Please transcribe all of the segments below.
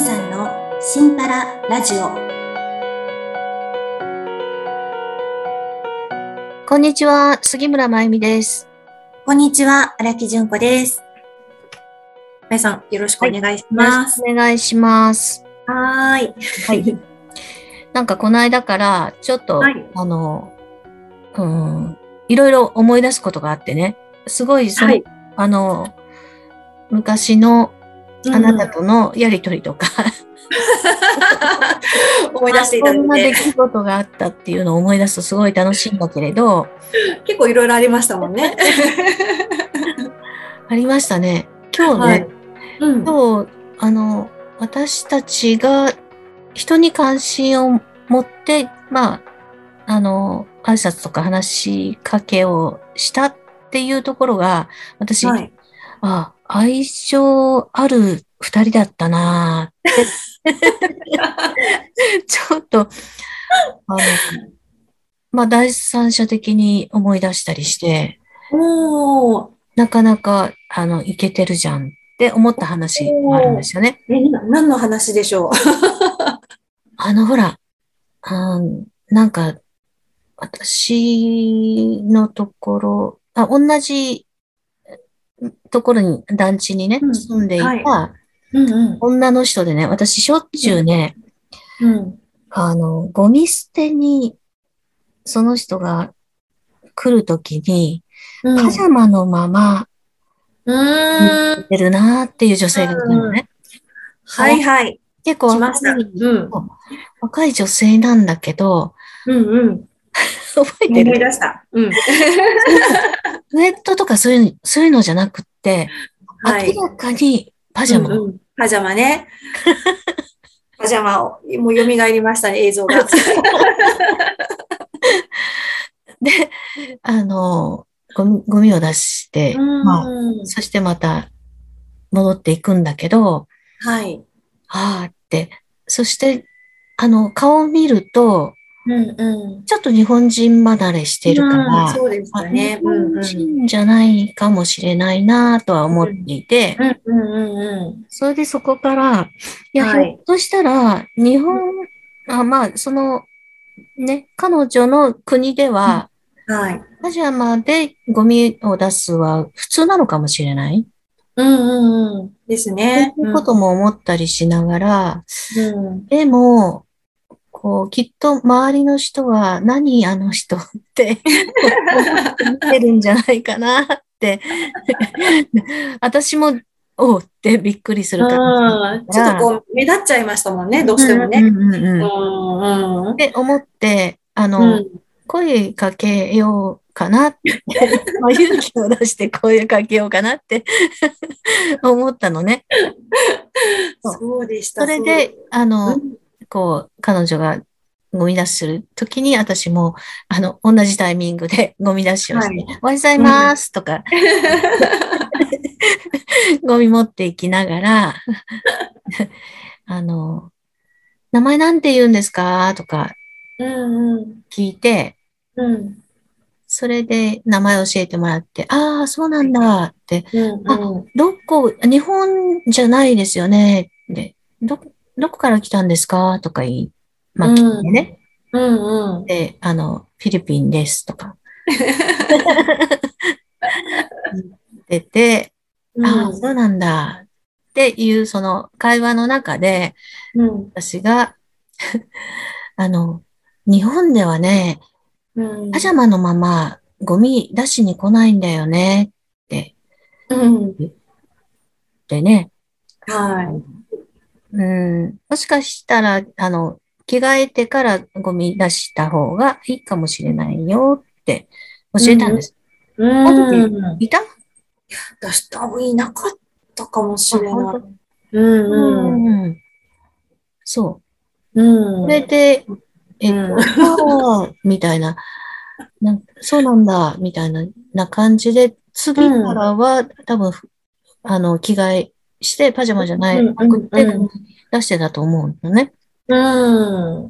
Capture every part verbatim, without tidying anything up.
さんのシンパララジオ。 こんにちは、杉村真由美です。 こんにちは、荒木純子です。まゆさん、よろしくはい、 お願いしよろします。 くお願いします。 はーい。 はい。なんかこの間からちょっと、 はい。 あの、うん、いろいろ思い出すことがあってね、すごいその、 はい。 あの、昔のあなうんうん。 たとのやりとりとか、あ、 思い出していたこんなだいて。 出来事があったっていうのを思い出すとすごい楽しいんだけれど、 結構いろいろありましたもんね。 ありましたね。今日ね、 はい。うん。 今日、あの、私たちが人に関心を持って、まあ、あの、挨拶とか話しかけをしたっていうところが、私、 はい。 あ、相性ある二人だったなって、ちょっと、あの、まあ、第三者的に思い出したりして、 おー。 なかなか、あの、いけてるじゃんって思った話があるんでおー。 すよね。 え、な何の話でしょう。 あの、ほら、あーなんか、私のところ、あ、同じところに、団地にね、 うん。 住んでいはい。 たうんうん。 女の人でね、私しょっちゅうね、 うん。 あの、ゴミ捨てに、その人が来るときに、 うん。 パジャマのままう見ーん。 てるなっていう女性がいたのうん。 ね。あ、 はいはい。 結構来若ました。 い、 うん。 若い女性なんだけど、 うんうん。 覚えてる？ 思い出した。うん。 そういうの、ウェットとかそういうの、そういうのじゃなくって、明はい。 らかにパジャマ。 うんうん。パジャマね。パジャマを、もう蘇りましたね、映像が。 で、あの、ゴミ、ゴミを出しうて、まあ、 ーん。 そしてまた戻っていくんだけど、 はい。 ああって、そして、あの、顔を見ると、 うんうん。 ちょっと日本人離れしてるかうん、 ら、 そうでしあ、 たね。う日本んうん。 人じゃないかもしれないなとは思ってうん。 いて、 うんうんうんうん。 それでそこから、いや、ひょっはい。 としたら、日本、 うんあ、まあ、そのね、彼女の国でうん。 は、 はい。 パジャマでゴミを出すは普通なのかもしれない。 うんうんうん。ですそういね。 うことうん。 も思ったりしながら、 うん。 でも、こう、きっと周りの人は、何あの人って思って見てるんじゃないかなって私も、おうってびっくりする感じだっうん。 たから、 ちょっとこう、目立っちゃいましたもんね、どううんしてもね。 うんうんうん。 うっんうん。 て思って、あの、 うん。 声かけようかなって、まあ、勇気を出して声かけようかなって思ったのね。そうそうでした、 それそうで。 で、あの、 うん。 こう、彼女がゴミ出しするときに、私も、あの、同じタイミングでゴミ出しをして、 はい。 おはようございうん。 ますとか、ゴミ持っていきながら、あの、名前なんて言うんですかとかうんうん。 聞いて、 うん。 それで名前教えてもらって、ああ、そうなんはい。 だって、 うんあ、 うん。 どこ、日本じゃないですよねで、ど、どこから来たんですかとか言い、まあ、聞いうん。 てね。 うんうん。 で、あの、フィリピンですとか言ってて、ああ、 うん。 そうなんだっていうその会話の中で、 うん。 私が、あの、日本ではね、 うパジャん。 マのままゴミ出しに来ないんだよねってうん。 言ってね、 はい。 うん、もしかしたら、あの、着替えてからゴミ出した方がいいかもしれないよって教えたんうん。 です。そのう時、 ん。 いた？ 私多分いなかったかもしあ、 れない。 本当？ ううんうん。 ん、そう。 うそれん。 で、えっうん。 と、ああ、みたいな、なん、そうなんだ、みたいな、な感じで、 う次かん。 らは、多分、あの、着替えして、パジャマじゃない、 うん。 なくって、ゴミうん。 出してたと思うのね。 うん。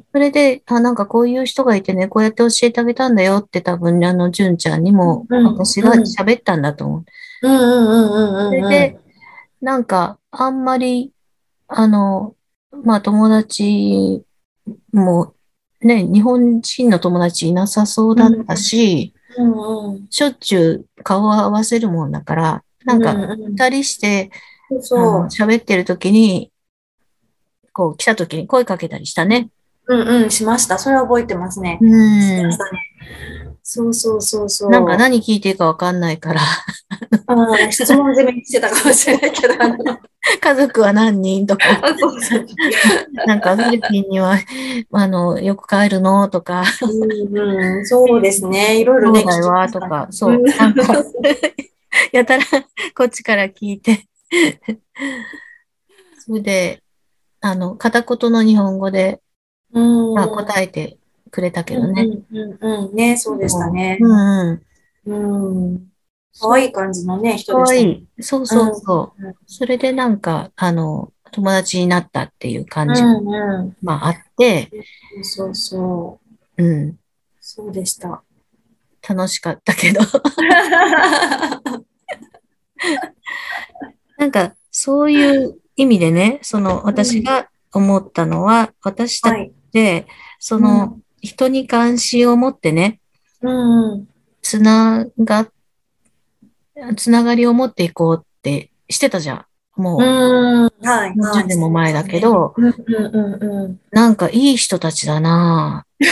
それで、あ、なんかこういう人がいてね、こうやって教えてあげたんだよって多分、あの、純ちゃんにもうん。 私がうん。 喋ったんだと思う。 うん。うん。うん。うん。 それで、なんか、あんまり、あの、 まあ友達もね、日本人の友達いなさそうだったし、 うんうん。 しょっちゅう顔を合わせるもんだから、なんうんかうん。 二人して、 そうあの、 そ喋ってる時に、こう来た時に声かけたりしたう。うんね。 うんうん、しました。それは覚えてますね。 うしましん。 たね。そうそうそうなんかそ何聞いていいかわかんないから、 う。ああ、質問攻めにしてたかもしれないけど、あの、 家族は何人とか、 あ、そうそう。 なんかフィリピンには、あの、よく帰るのとか、 うんうん、そうですね。いろいろね、聞兄弟きましたね。 はとか、 うん。 そう、なんかやたらこっちから聞いて、それで、あの、片言の日本語で、 うまあ、 ん。 答えてくれたけうんどね。 うんうんうん。ね、そうでしたうん、 ね。 うんうん。 うん。可そう、 愛い感じのね、人かでしたもん。 わいい。そううん。 そうそう。それでなんか、あの、友達になったっていう感うじ、 んうん。 まあ、あって、 そうそう。 うん、 そうでした。 楽しかったけど、なんか、そういう意味でね、その、 うん。 私が思ったのは、私たちっはい。 て、その、 うん。 人に関心を持ってね、 うんうん。 つなが、つながりを持っていこうってしてたじゃん。 うもん。はい、 う、40 はい。 年そうでも前だけすね。 ど、 うんうんうんうん。 なんかいい人たちだなぁって。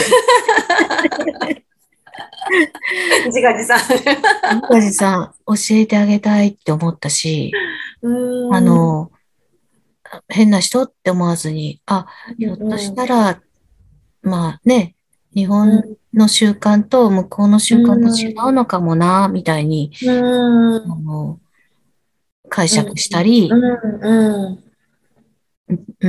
自画自賛。 宮治さん、教えてあげたいって思ったし、 うあーん。 の、変な人って思わずに、あ、 うひょっとしんたら、まあね、日本うん。 の習慣と向こうのう習慣と違うん。 のかもな、みたいに、 うん。うん。 あの、解うん。 釈したり、 うん。 うん、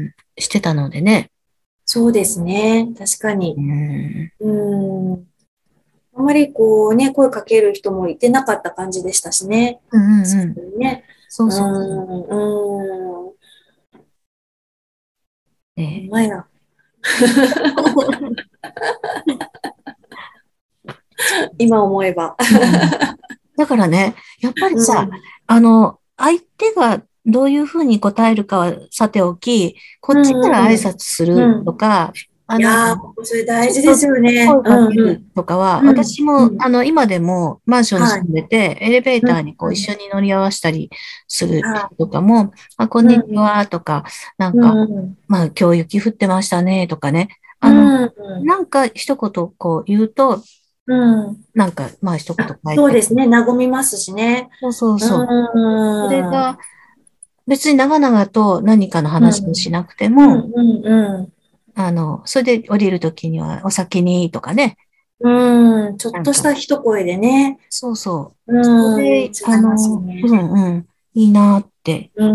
してたのでね。 そうですね。確かうに。 ん、 うん。あんまりこうね、声かける人もいてなかった感じでしたしね。 うん、うん、 そうん。 ういうね。 そううそうそう。 ん。うん。ほんね。 まや。今思えば。 うん、だからね、やっぱりさ、 うん。 あの、相手がどういうふうに答えるかはさておき、こっちかうん。 ら挨うん。 拶するとうん。 か、あの、 いやー、それ大事ですちょっとよね。 声かけうん。うん。 るとかは、 うん。 私も、 うん。 あの、今でもマンションにはい。 住んでて、エレベーうん。 ターにこう一うん。 緒に乗り合わせたりする人はい。 とかも、あ、こんにちうん。 はとか、なんうか、 ん。 まあ、今日雪降ってましたねとかね、 うあの、 ん。うん。 なんか一言こう言うと、 うん。 なんか、まあ一言あ、 返って、 そうですね。和みますしね。 そうそううそう。それん。うん。 が、別に長々と何かのう話をしん。 なくてうも、 ん。うん。 あの、それで降りるときにはお先にとかね、 うん。ちょっとしなんか、 た一声でね。 そうそう。そうん。違れで、あいますよの、うね。 んうん、いいなって、 うん。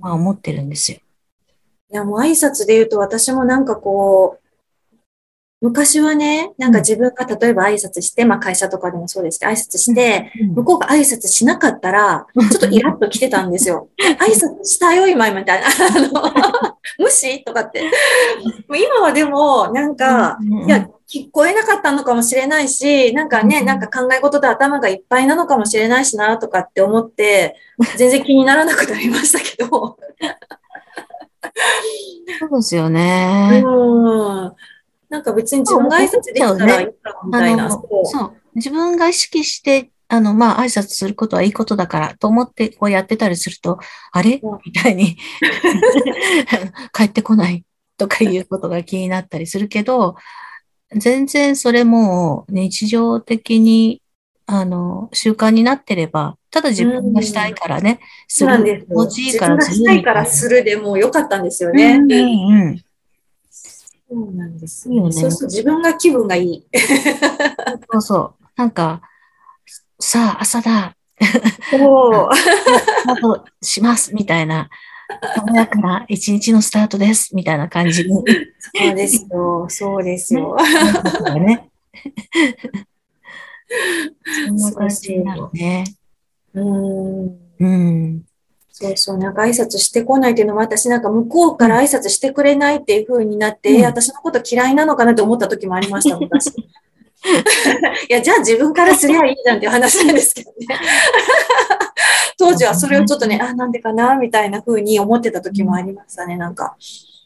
まあ思ってるんですよ。 いや、もう挨拶で言うと私もなんかこう、昔はね、なんうん、 か自分が例えば挨拶して、まあ会社とかでもそうですけど、挨拶しうん、 て、 うん。 向こうが挨拶しなかったら、ちょっとイラッと来てたんですよ。え、挨拶したよ、今、みたいな。あの無視とかって。もう今はでも、なんうん、 か、いや、 うん、 聞こえなかったのかもしれないし、なんかね、なんか考え事で頭がいっぱいなのかもしれないしな、とかって思って、全然気にならなくなりましたけど。 そうですよね。 うん。なんか別に自分が挨思っ拶できたらいいちゃうね。 か、みたいな。そあの、そう。自分が意識して、あの、まあ、挨拶することはいいことだからと思ってこうやってたりすると、あれう。 みたいに帰ってこないとかいうことが気になったりするけど、全然それもう日常的に、あの、習慣になってれば、ただ自う分がしたいん。 からね、 そうなんする、 ですよ。 気持ちいい自分がからするしたいからみたいな。 するでもう良かったんですよね。 うんうんうん。 そうなんですよね。 いいよね。 そうそう、自分が気分がいい。 そうそう。なんか、さあ、朝だ。 そう。 もうスタートしますみたいな、爽やかな一日のスタートですみたいな感じに、 そうですよ。そうですね、 よ。 挨拶がね、そんなそう感じになるそね。 う。うん。 うん。 そうそう。なんか挨拶してこないっていうのも私なんか向こううん。 から挨拶してくれないっていう風になって、えーうん。 私のこと嫌いなのかなって思った時もありました、昔。いや、じゃあ自分からすりゃいいじゃんっていう話なんですけどね。 当時はそれをちょっとね、あ、なんでかなみたいな風に思ってた時もありましたね、なんか。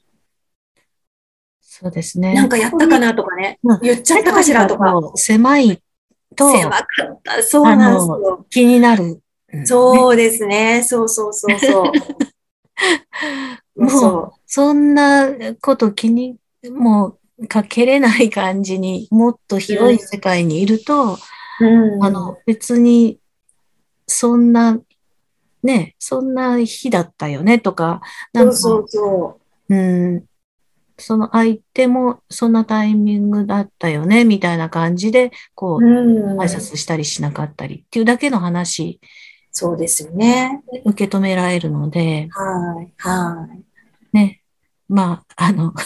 そうですね。 なんかやったかなとかね、 うん言っちゃったかしらとか。 狭いと、 狭かった。そうあなんですの、 よ。 気になる。うんそうですね。そうそうそうそう。そうもう、 そそんなこと気に、もう、かけれない感じに、もっとう。 広い世界にいると、 うん。うん。 あの、別に、そんな、ね、そんな日だったよねとか、なんか、 そうそうそうん、その相手もそんなタイミングだったよね、みたいな感じで、 う。 こう、挨うん。 拶したりしなかったりっていうだけの話そうですよね。 で受け止められるので、 はい。はい。 ね、まあ、あの、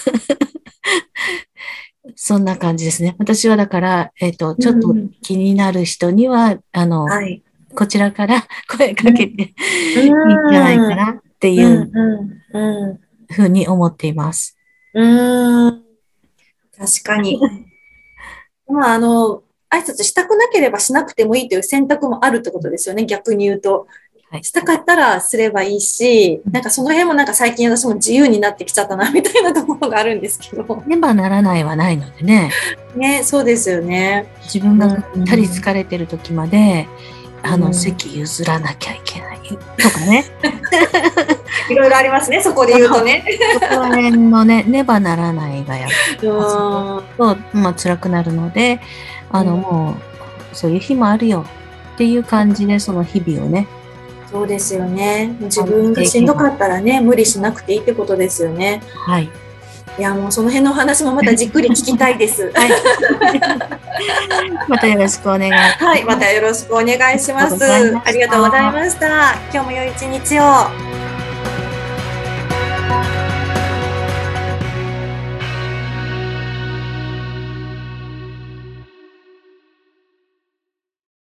そんな感じですね。私はだから、えっと、 うちょっとん。 気になる人には、あの、 はい。 こちらから声かけうん。 てういいんじゃないかん。 なってういうん。うん。うん。 ふうに思っています。 うん。確かに。まあ、あの、挨拶したくなければしなくてもいいという選択もあるってことですよね。逆に言うと。 はい。 したかったらすればいいし、なんかその辺もなんか最近私も自由になってきちゃったな、みたいなところがあるんですけど。 ねばならないはないのでね、 ね、そうですよね。 自分がうん。 ぐったり疲れてる時まで、あの、 うん、 席譲らなきゃいけないとかね。 いろいろありますね、そこで言うとね。 そこら辺のね、ねばならないがやっうぱすごん。 く、まあ、辛くなるので、あの、 うん、 もう、そういう日もあるよっていう感じで、その日々をね、 そうですよね。自感じ分がしんどかていけば。 ったらね、無理しなくていいってことですよね。 はい。 いや、もうその辺のお話もまたじっくり聞きたいです。 はい。またよろしくお願いはい、まします。 たよろしくお願いしありがとうます。 ございましありがとうございた。 ました。今日も良い一日を。